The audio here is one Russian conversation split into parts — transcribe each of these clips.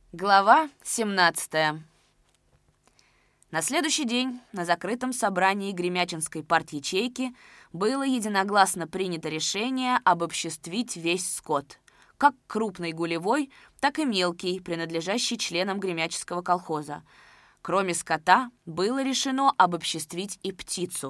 Глава 17. На следующий день на закрытом собрании Гремячинской партячейки было единогласно принято решение обобществить весь скот, как крупный гулевой, так и мелкий, принадлежащий членам Гремячинского колхоза. Кроме скота было решено обобществить и птицу.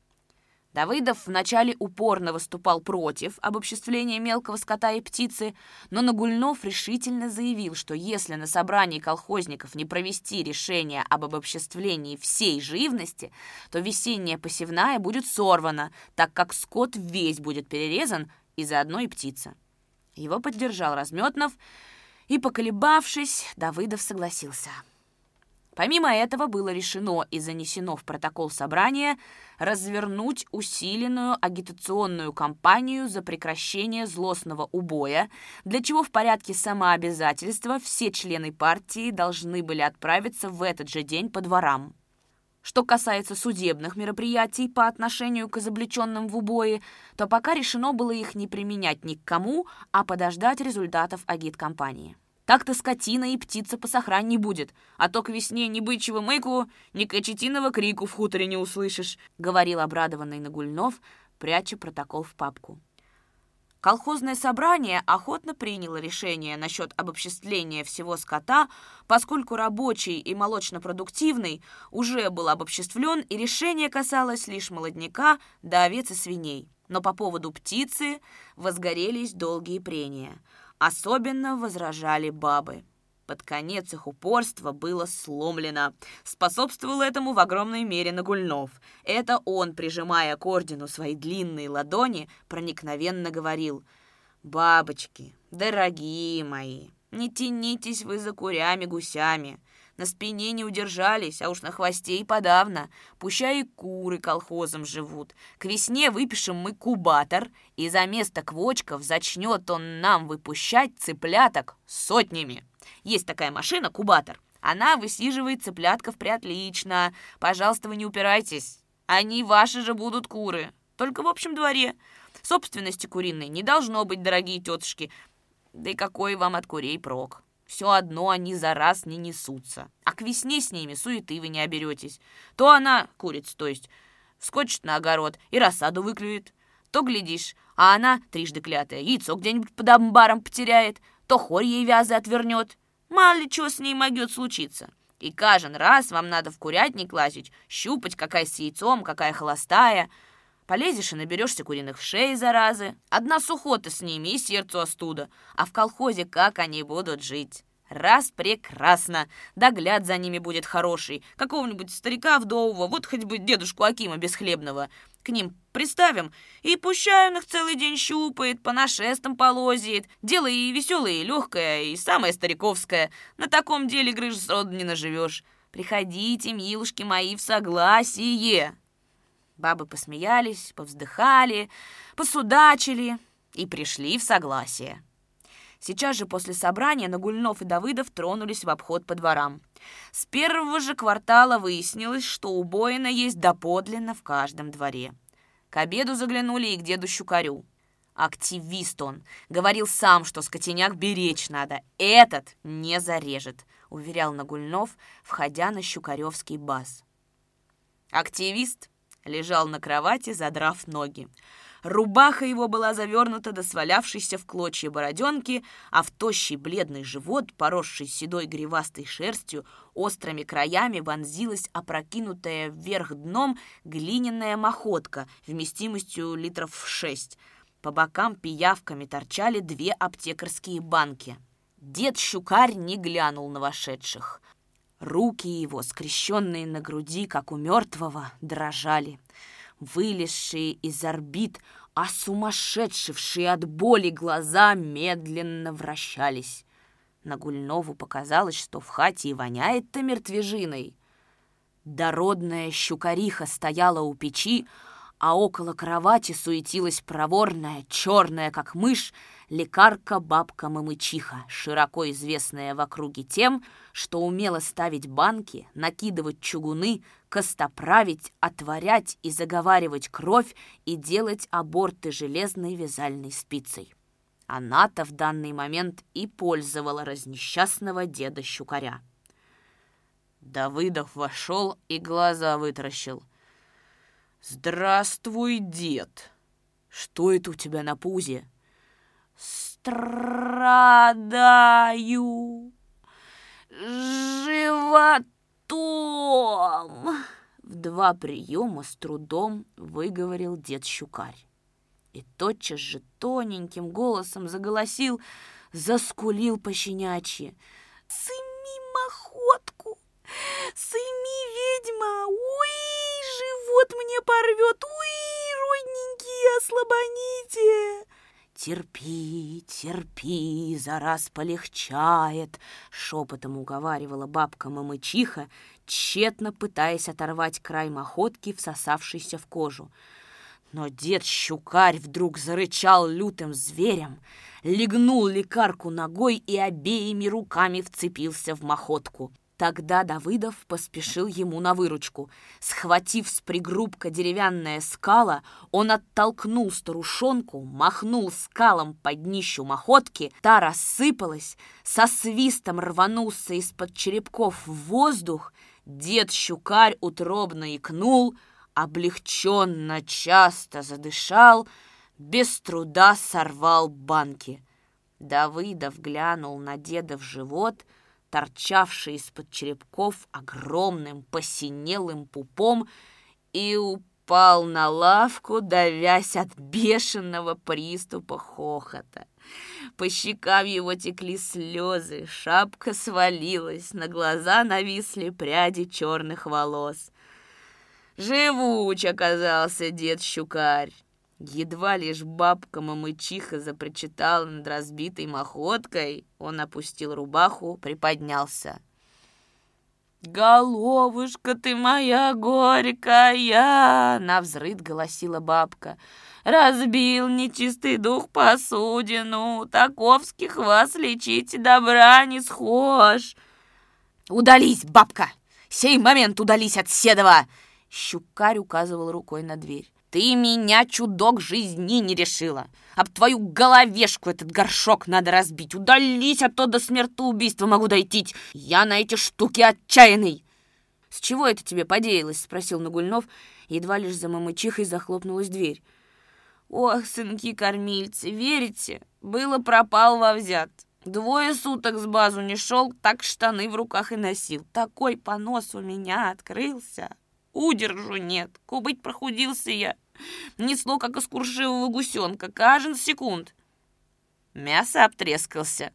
Давыдов вначале упорно выступал против обобществления мелкого скота и птицы, но Нагульнов решительно заявил, что если на собрании колхозников не провести решение об обобществлении всей живности, то весенняя посевная будет сорвана, так как скот весь будет перерезан, и заодно и птица. Его поддержал Разметнов, и, поколебавшись, Давыдов согласился. Помимо этого было решено и занесено в протокол собрания развернуть усиленную агитационную кампанию за прекращение злостного убоя, для чего в порядке самообязательства все члены партии должны были отправиться в этот же день по дворам. Что касается судебных мероприятий по отношению к изобличенным в убое, то пока решено было их не применять ни к кому, а подождать результатов агиткампании. Так-то скотина и птица посохрань не будет, а то к весне ни бычьего мыку, ни кочетиного крику в хуторе не услышишь», — говорил обрадованный Нагульнов, пряча протокол в папку. Колхозное собрание охотно приняло решение насчет обобществления всего скота, поскольку рабочий и молочно-продуктивный уже был обобществлен, и решение касалось лишь молодняка да овец и свиней. Но по поводу птицы возгорелись долгие прения. Особенно возражали бабы. Под конец их упорство было сломлено. Способствовал этому в огромной мере Нагульнов. Это он, прижимая к ордену свои длинные ладони, проникновенно говорил: «Бабочки, дорогие мои, не тянитесь вы за курями-гусями. На спине не удержались, а уж на хвосте и подавно. Пущай и куры колхозом живут. К весне выпишем мы кубатор, и за место квочков зачнет он нам выпущать цыпляток сотнями. Есть такая машина, кубатор. Она высиживает цыплятков приотлично. Пожалуйста, вы не упирайтесь. Они ваши же будут куры. Только в общем дворе. Собственности куриной не должно быть, дорогие тетушки. Да и какой вам от курей прок? Все одно они за раз не несутся. А к весне с ними суеты вы не оберетесь. То она, курица то есть, вскочит на огород и рассаду выклюет. То, глядишь, а она, трижды клятая, яйцо где-нибудь под амбаром потеряет. То хорь ей вязы отвернет. Мало ли чего с ней могет случиться. И каждый раз вам надо в курятник лазить, щупать, какая с яйцом, какая холостая. Полезешь и наберешься куриных в шее, заразы. Одна сухота с ними и сердцу остуда. А в колхозе как они будут жить? Раз прекрасно. Догляд за ними будет хороший. Какого-нибудь старика вдового, вот хоть бы дедушку Акима Бесхлебного. К ним приставим, и пущай он их целый день щупает, по нашестам полозит. Дело и веселое, и легкое, и самое стариковское. На таком деле грыжи сроду не наживешь. Приходите, милушки мои, в согласие». Бабы посмеялись, повздыхали, посудачили и пришли в согласие. Сейчас же после собрания Нагульнов и Давыдов тронулись в обход по дворам. С первого же квартала выяснилось, что убоина есть доподлинно в каждом дворе. К обеду заглянули и к деду Щукарю. Активист он. Говорил сам, что скотиняк беречь надо. Этот не зарежет, уверял Нагульнов, входя на щукаревский баз. Активист лежал на кровати, задрав ноги. Рубаха его была завернута до свалявшейся в клочья бороденки, а в тощий бледный живот, поросший седой гривастой шерстью, острыми краями вонзилась опрокинутая вверх дном глиняная махотка вместимостью литров 6. По бокам пиявками торчали 2 аптекарские банки. Дед Щукарь не глянул на вошедших. Руки его, скрещенные на груди, как у мертвого, дрожали. Вылезшие из орбит, осумасшедшие от боли глаза медленно вращались. Нагульнову показалось, что в хате и воняет-то мертвежиной. Дородная щукариха стояла у печи, а около кровати суетилась проворная, черная, как мышь, лекарка-бабка Мамычиха, широко известная в округе тем, что умела ставить банки, накидывать чугуны, костоправить, отварять и заговаривать кровь и делать аборты железной вязальной спицей. Она-то в данный момент и пользовала разнесчастного деда Щукаря. Давыдов вошел и глаза вытаращил. «Здравствуй, дед! Что это у тебя на пузе?» «Страдаю животом!» В 2 приема с трудом выговорил дед Щукарь. И тотчас же тоненьким голосом заскулил пощенячьи. «Сыми махотку! Сыми, ведьма! Уй, живот мне порвет! Уй, родненькие, ослабоните!» «Терпи, терпи, за раз полегчает», — шепотом уговаривала бабка Мамычиха, тщетно пытаясь оторвать край махотки, всосавшийся в кожу. Но дед Щукарь вдруг зарычал лютым зверем, легнул лекарку ногой и обеими руками вцепился в махотку. Тогда Давыдов поспешил ему на выручку. Схватив с пригрубка деревянное скало, он оттолкнул старушонку, махнул скалом под днищу махотки, та рассыпалась, со свистом рванулся из-под черепков в воздух, дед Щукарь утробно икнул, облегченно часто задышал, без труда сорвал банки. Давыдов глянул на деда в живот, торчавший из-под черепков огромным посинелым пупом, и упал на лавку, давясь от бешеного приступа хохота. По щекам его текли слезы, шапка свалилась, на глаза нависли пряди черных волос. Живуч оказался дед Щукарь. Едва лишь бабка Мамычиха запричитала над разбитой махоткой, он опустил рубаху, приподнялся. «Головушка ты моя горькая!» — навзрыд голосила бабка. «Разбил нечистый дух посудину, таковских вас лечить добра не схож!» «Удались, бабка! Сей момент удались от Седова!» Щукарь указывал рукой на дверь. «Ты меня, чудок, жизни не решила. Об твою головешку этот горшок надо разбить. Удались, а то до смертоубийства могу дойти. Я на эти штуки отчаянный!» «С чего это тебе подеялось?» — спросил Нагульнов. Едва лишь за Мамычихой захлопнулась дверь. «Ох, сынки-кормильцы, верите? Было пропал вовзят. 2 суток с базу не шел, так штаны в руках и носил. Такой понос у меня открылся. Удержу нет, кубыть прохудился я. Несло, как из куршивого гусенка, каждый секунд. Мясо обтрескался.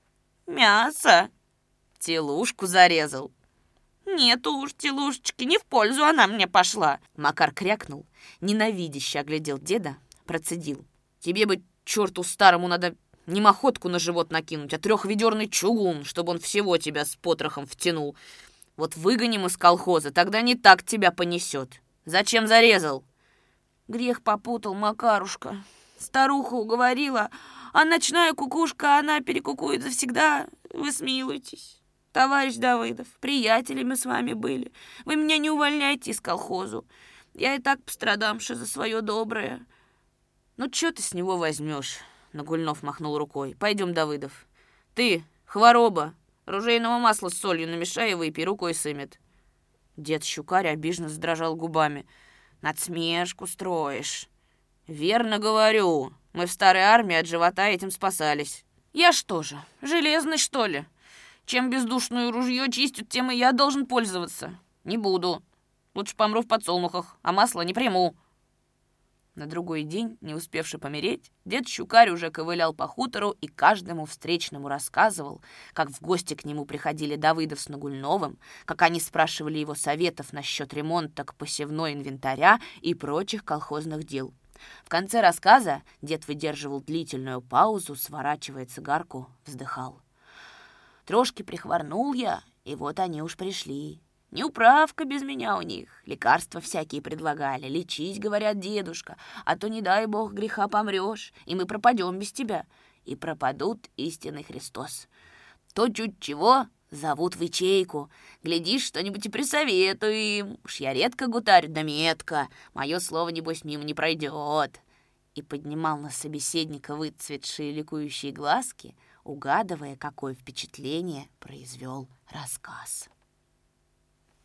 Мясо. Телушку зарезал. Нет уж, телушечки, не в пользу она мне пошла. Макар крякнул, ненавидяще оглядел деда, процедил. Тебе бы, черту старому, надо не махотку на живот накинуть, а 3-ведерный чугун, чтобы он всего тебя с потрохом втянул. Вот выгоним из колхоза, тогда не так тебя понесет. Зачем зарезал?» «Грех попутал, Макарушка. Старуха уговорила, а ночная кукушка, она перекукует завсегда. Вы смилуйтесь. Товарищ Давыдов, приятели мы с вами были. Вы меня не увольняйте из колхозу. Я и так пострадамши за свое доброе». «Ну, что ты с него возьмешь?» — Нагульнов махнул рукой. «Пойдем, Давыдов. Ты, хвороба, ружейного масла с солью намешай и выпей, рукой сымет». Дед Щукарь обиженно задрожал губами. «Надсмешку строишь». «Верно говорю. Мы в старой армии от живота этим спасались». «Я что же, железный, что ли? Чем бездушное ружье чистят, тем и я должен пользоваться. Не буду. Лучше помру в подсолнухах, а масло не приму». На другой день, не успевший помереть, дед Щукарь уже ковылял по хутору и каждому встречному рассказывал, как в гости к нему приходили Давыдов с Нагульновым, как они спрашивали его советов насчет ремонта к посевной инвентаря и прочих колхозных дел. В конце рассказа дед выдерживал длительную паузу, сворачивая цигарку, вздыхал. «Трошки прихворнул я, и вот они уж пришли. Неуправка без меня у них. Лекарства всякие предлагали. Лечись, говорят, дедушка, а то, не дай бог, греха помрешь, и мы пропадем без тебя. И пропадут истинный Христос. То чуть чего, зовут в ячейку. Глядишь, что-нибудь и присоветую им. Уж я редко гутарю, да метко. Мое слово, небось, мимо не пройдет». и поднимал на собеседника выцветшие ликующие глазки, угадывая, какое впечатление произвел рассказ.